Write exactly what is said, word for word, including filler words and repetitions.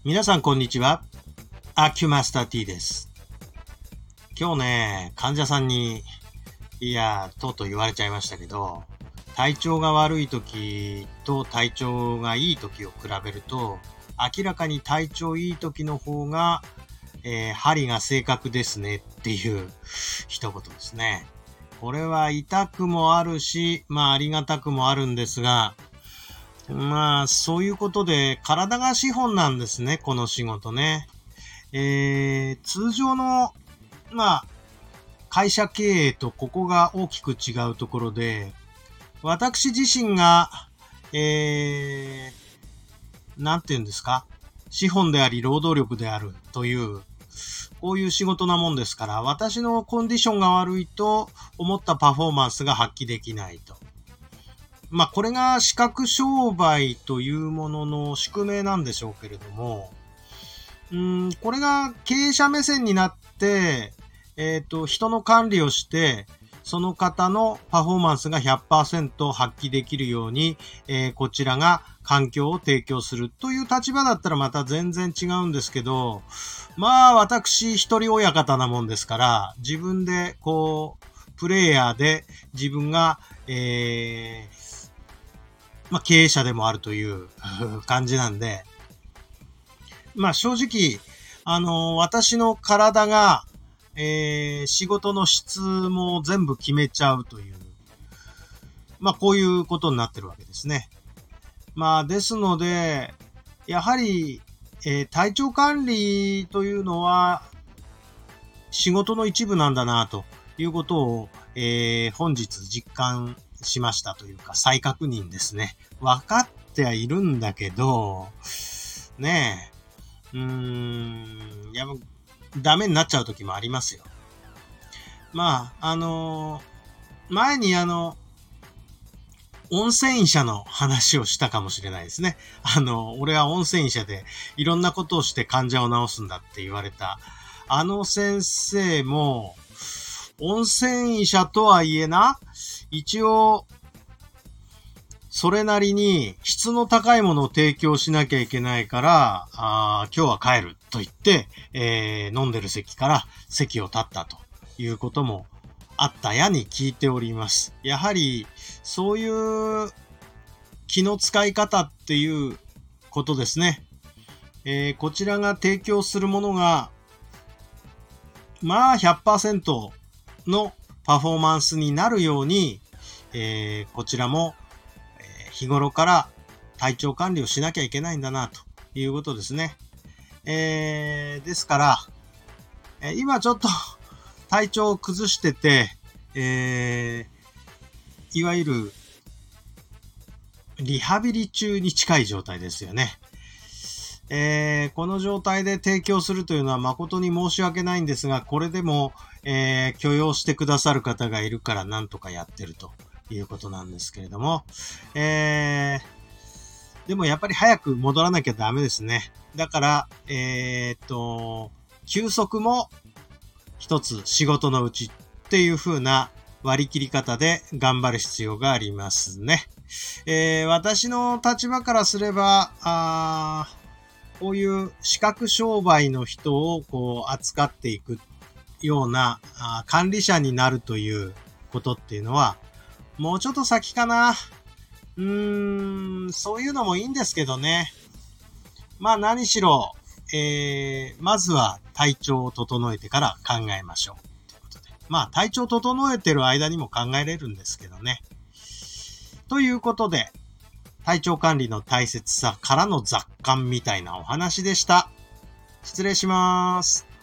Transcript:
皆さんこんにちは。アキュマスター T です。今日ね、患者さんに、いや、とうとう言われちゃいましたけど、体調が悪い時と体調がいい時を比べると、明らかに体調いい時の方が、えー、針が正確ですねっていう一言ですね。これは痛くもあるし、まあありがたくもあるんですが、まあ、そういうことで、体が資本なんですね、この仕事ね。えー、通常の、まあ、会社経営とここが大きく違うところで、私自身が、えー、なんて言うんですか、資本であり、労働力であるという、こういう仕事なもんですから、私のコンディションが悪いと思ったパフォーマンスが発揮できないと。まあ、これが視覚商売というものの宿命なんでしょうけれども、うーん、これが経営者目線になって、えっと、人の管理をして、その方のパフォーマンスが ひゃくパーセント 発揮できるように、えー、こちらが環境を提供するという立場だったらまた全然違うんですけど、まあ私一人親方なもんですから、自分でこう、プレイヤーで自分が、えー、まあ、経営者でもあるという感じなんで、まあ正直、あの、私の体が、えー、仕事の質も全部決めちゃうという、まあこういうことになってるわけですね。まあですので、やはり、えー、体調管理というのは仕事の一部なんだなということを、えー、本日実感しましたというか再確認ですね。分かってはいるんだけど、ねえ、うーん、やば、ダメになっちゃう時もありますよ。まあ、あのー、前にあの、温泉医者の話をしたかもしれないですね。あの、俺は温泉医者でいろんなことをして患者を治すんだって言われた。あの先生も、温泉医者とはいえな、一応、それなりに質の高いものを提供しなきゃいけないから、あ今日は帰ると言って、えー、飲んでる席から席を立ったということもあったやに聞いております。やはり、そういう気の使い方っていうことですね。えー、こちらが提供するものが、まあ ひゃくパーセント のパフォーマンスになるように、えー、こちらも日頃から体調管理をしなきゃいけないんだなということですね。えー、ですから、えー、今ちょっと体調を崩してて、えー、いわゆるリハビリ中に近い状態ですよね。えー、この状態で提供するというのは誠に申し訳ないんですが、これでも、えー、許容してくださる方がいるからなんとかやってるということなんですけれども、えー、でもやっぱり早く戻らなきゃダメですね。だから、えー、っと、休息も一つ仕事のうちっていう風な割り切り方で頑張る必要がありますね。えー、私の立場からすれば、あこういう視覚障害の人をこう扱っていくようなあ管理者になるということっていうのは、もうちょっと先かな。うーん、そういうのもいいんですけどね。まあ何しろ、えー、まずは体調を整えてから考えましょう。ということで。まあ体調整えてる間にも考えれるんですけどね。ということで、体調管理の大切さからの雑感みたいなお話でした。失礼します。